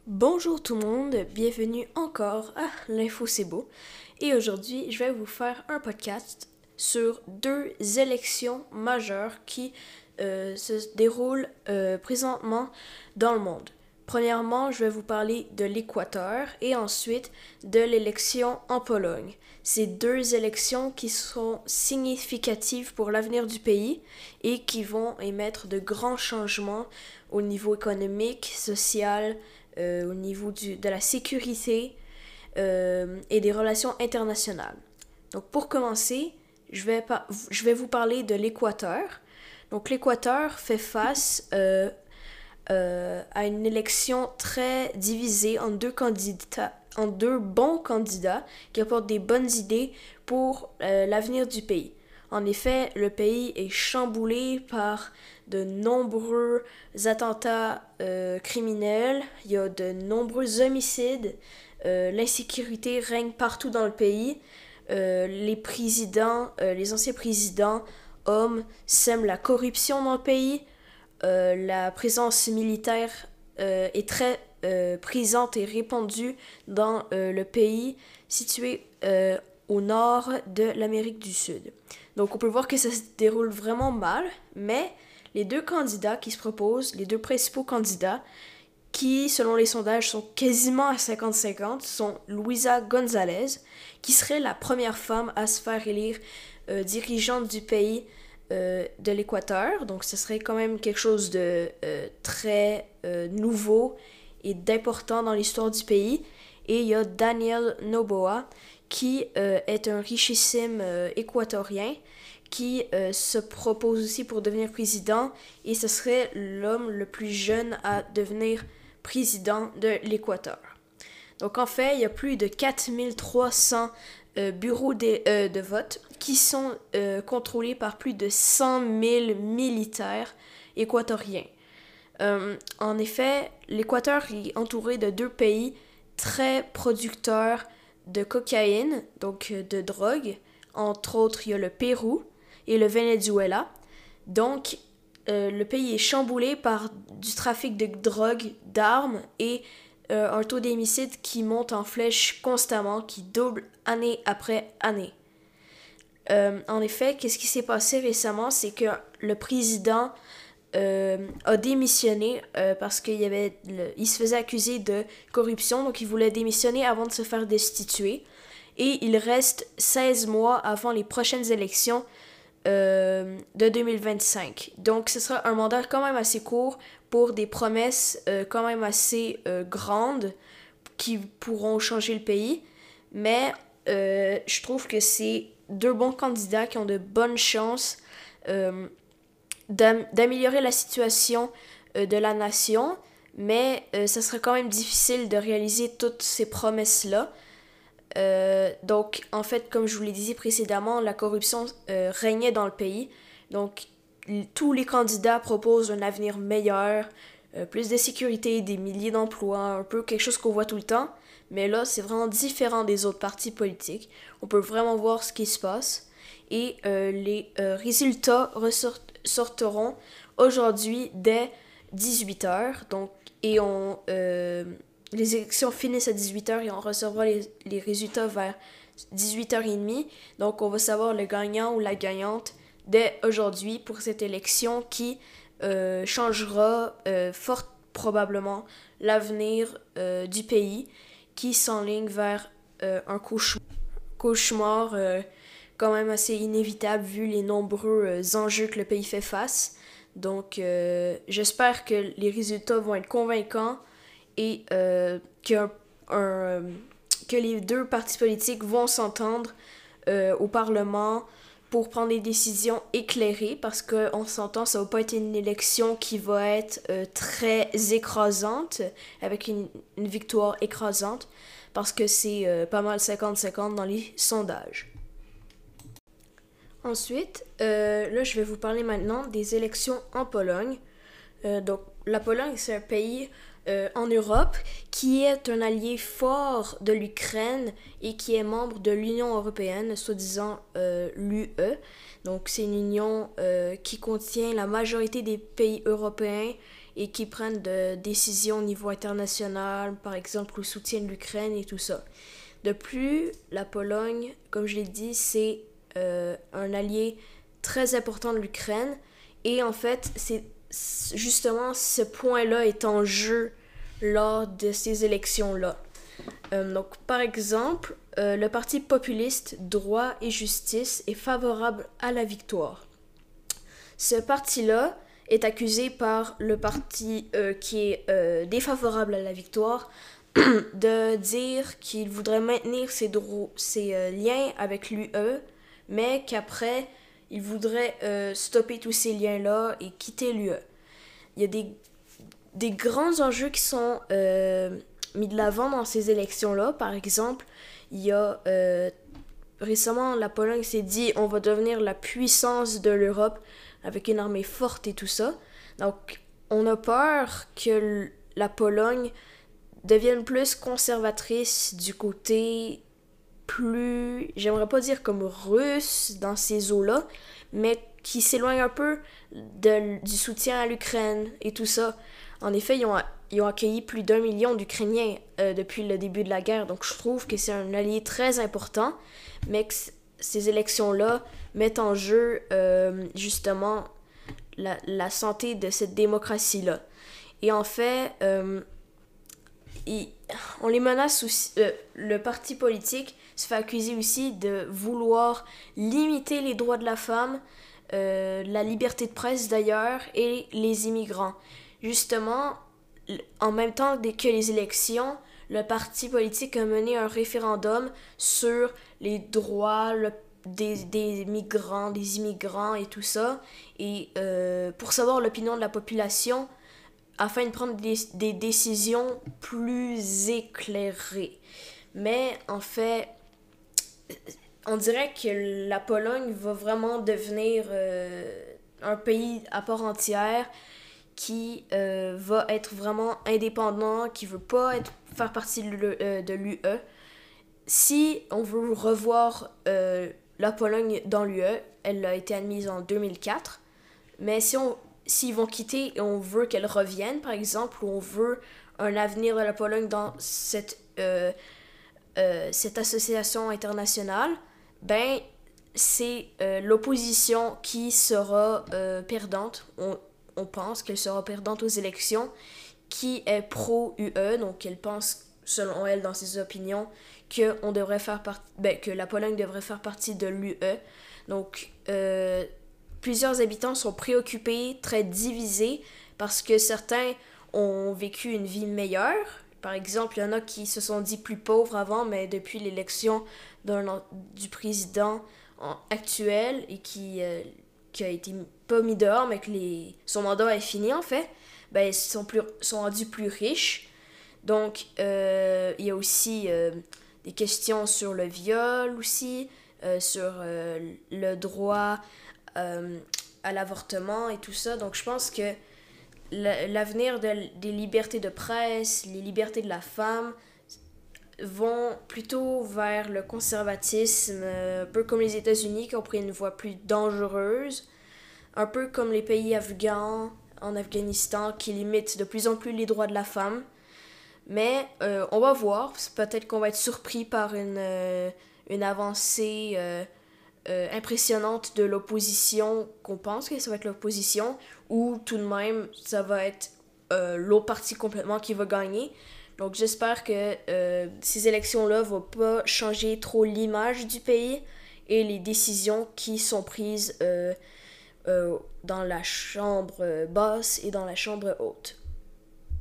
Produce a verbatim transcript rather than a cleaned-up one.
Bonjour tout le monde, bienvenue encore à l'Info C'est Beau. Et aujourd'hui, je vais vous faire un podcast sur deux élections majeures qui euh, se déroulent euh, présentement dans le monde. Premièrement, je vais vous parler de l'Équateur et ensuite de l'élection en Pologne. Ces deux élections qui sont significatives pour l'avenir du pays et qui vont émettre de grands changements au niveau économique, social, euh, au niveau du, de la sécurité euh, et des relations internationales. Donc pour commencer, je vais, pa- je vais vous parler de l'Équateur. Donc l'Équateur fait face euh, euh, à une élection très divisée en deux candidats, en deux bons candidats qui apportent des bonnes idées pour euh, l'avenir du pays. En effet, le pays est chamboulé par de nombreux attentats euh, criminels, il y a de nombreux homicides, euh, l'insécurité règne partout dans le pays. Euh, les présidents, euh, les anciens présidents, hommes, sèment la corruption dans le pays. Euh, la présence militaire euh, est très euh, présente et répandue dans euh, le pays situé euh, au nord de l'Amérique du Sud. Donc on peut voir que ça se déroule vraiment mal, mais les deux candidats qui se proposent, les deux principaux candidats, qui selon les sondages sont quasiment à cinquante cinquante, sont Luisa González, qui serait la première femme à se faire élire euh, dirigeante du pays euh, de l'Équateur. Donc ce serait quand même quelque chose de euh, très euh, nouveau et d'important dans l'histoire du pays. Et il y a Daniel Noboa, qui euh, est un richissime euh, équatorien, qui euh, se propose aussi pour devenir président, et ce serait l'homme le plus jeune à devenir président de l'Équateur. Donc en fait, il y a plus de quatre mille trois cents euh, bureaux de, euh, de vote qui sont euh, contrôlés par plus de cent mille militaires équatoriens. Euh, en effet, l'Équateur est entouré de deux pays très producteurs de cocaïne, donc de drogue. Entre autres, il y a le Pérou et le Venezuela. Donc, euh, le pays est chamboulé par du trafic de drogue, d'armes et euh, un taux d'homicide qui monte en flèche constamment, qui double année après année. Euh, en effet, qu'est-ce qui s'est passé récemment, c'est que le président euh, a démissionné euh, parce qu'il y avait le, il se faisait accuser de corruption, donc il voulait démissionner avant de se faire destituer. Et il reste seize mois avant les prochaines élections euh, de deux mille vingt-cinq. Donc ce sera un mandat quand même assez court pour des promesses euh, quand même assez euh, grandes qui pourront changer le pays. Mais euh, je trouve que c'est deux bons candidats qui ont de bonnes chances euh, d'am- d'améliorer la situation euh, de la nation. Mais euh, ça serait quand même difficile de réaliser toutes ces promesses-là. Euh, donc, en fait, comme je vous l'ai dit précédemment, la corruption euh, régnait dans le pays. Donc, l- tous les candidats proposent un avenir meilleur, euh, plus de sécurité, des milliers d'emplois, un peu quelque chose qu'on voit tout le temps. Mais là, c'est vraiment différent des autres partis politiques. On peut vraiment voir ce qui se passe. Et euh, les euh, résultats ressortiront aujourd'hui dès dix-huit heures. Donc, et on... euh, les élections finissent à dix-huit heures et on recevra les, les résultats vers dix-huit heures trente. Donc, on va savoir le gagnant ou la gagnante dès aujourd'hui pour cette élection qui euh, changera euh, fort probablement l'avenir euh, du pays qui s'enligne vers euh, un cauchemar, cauchemar euh, quand même assez inévitable vu les nombreux euh, enjeux que le pays fait face. Donc, euh, j'espère que les résultats vont être convaincants et euh, que, un, un, que les deux partis politiques vont s'entendre euh, au Parlement pour prendre des décisions éclairées parce qu'on s'entend, ça va pas être une élection qui va être euh, très écrasante, avec une, une victoire écrasante, parce que c'est euh, pas mal cinquante cinquante dans les sondages. Ensuite, euh, là, je vais vous parler maintenant des élections en Pologne. Euh, donc, la Pologne, c'est un pays euh, en Europe qui est un allié fort de l'Ukraine et qui est membre de l'Union européenne, soi-disant euh, l'U E. Donc, c'est une union euh, qui contient la majorité des pays européens et qui prennent de décisions au niveau international, par exemple au soutien de l'Ukraine et tout ça. De plus, la Pologne, comme je l'ai dit, c'est euh, un allié très important de l'Ukraine. Et en fait, c'est justement ce point-là est en jeu lors de ces élections-là. Euh, donc, par exemple, euh, le parti populiste Droit et Justice est favorable à la victoire. Ce parti-là est accusé par le parti euh, qui est euh, défavorable à la victoire de dire qu'il voudrait maintenir ses, dro- ses euh, liens avec l'U E, mais qu'après, il voudrait euh, stopper tous ces liens-là et quitter l'U E. Il y a des, des grands enjeux qui sont euh, mis de l'avant dans ces élections-là. Par exemple, il y a euh, récemment, la Pologne s'est dit on va devenir la puissance de l'Europe avec une armée forte et tout ça. Donc, on a peur que la Pologne devienne plus conservatrice du côté plus, j'aimerais pas dire comme russe dans ces eaux-là, mais qui s'éloigne un peu de, du soutien à l'Ukraine et tout ça. En effet, ils ont, ils ont accueilli plus d'un million d'Ukrainiens euh, depuis le début de la guerre, donc je trouve que c'est un allié très important, mais que c- ces élections-là mettent en jeu euh, justement la, la santé de cette démocratie-là. Et en fait, euh, ils, on les menace aussi, euh, le parti politique se fait accuser aussi de vouloir limiter les droits de la femme, euh, la liberté de presse d'ailleurs, et les immigrants. Justement, en même temps que les élections, le parti politique a mené un référendum sur les droits le, des, des migrants, des immigrants et tout ça, et euh, pour savoir l'opinion de la population, afin de prendre des, des décisions plus éclairées. Mais en fait, on dirait que la Pologne va vraiment devenir euh, un pays à part entière qui euh, va être vraiment indépendant, qui veut pas être, faire partie de l'U E. Si on veut revoir euh, la Pologne dans l'U E, elle a été admise en deux mille quatre, mais si on, s'ils vont quitter et on veut qu'elle revienne, par exemple, ou on veut un avenir de la Pologne dans cette, euh, euh, cette association internationale, ben c'est euh, l'opposition qui sera euh, perdante. On, on pense qu'elle sera perdante aux élections, qui est pro-U E, donc elle pense, selon elle, dans ses opinions, que, on devrait faire part... ben, que la Pologne devrait faire partie de l'U E. Donc, euh, plusieurs habitants sont préoccupés, très divisés, parce que certains ont vécu une vie meilleure. Par exemple, il y en a qui se sont dit plus pauvres avant, mais depuis l'élection d'un, du président actuel et qui, euh, qui a été pas mis dehors, mais que les, son mandat est fini en fait, ben, ils sont, plus, sont rendus plus riches. Donc, euh, il y a aussi euh, des questions sur le viol aussi, euh, sur euh, le droit euh, à l'avortement et tout ça. Donc, je pense que l'avenir de, des libertés de presse, les libertés de la femme vont plutôt vers le conservatisme, un peu comme les États-Unis qui ont pris une voie plus dangereuse, un peu comme les pays afghans, en Afghanistan, qui limitent de plus en plus les droits de la femme. Mais euh, on va voir, peut-être qu'on va être surpris par une, euh, une avancée euh, euh, impressionnante de l'opposition, qu'on pense que ça va être l'opposition, ou tout de même, ça va être euh, l'autre parti complètement qui va gagner. Donc j'espère que euh, ces élections-là ne vont pas changer trop l'image du pays et les décisions qui sont prises euh, euh, dans la chambre basse et dans la chambre haute.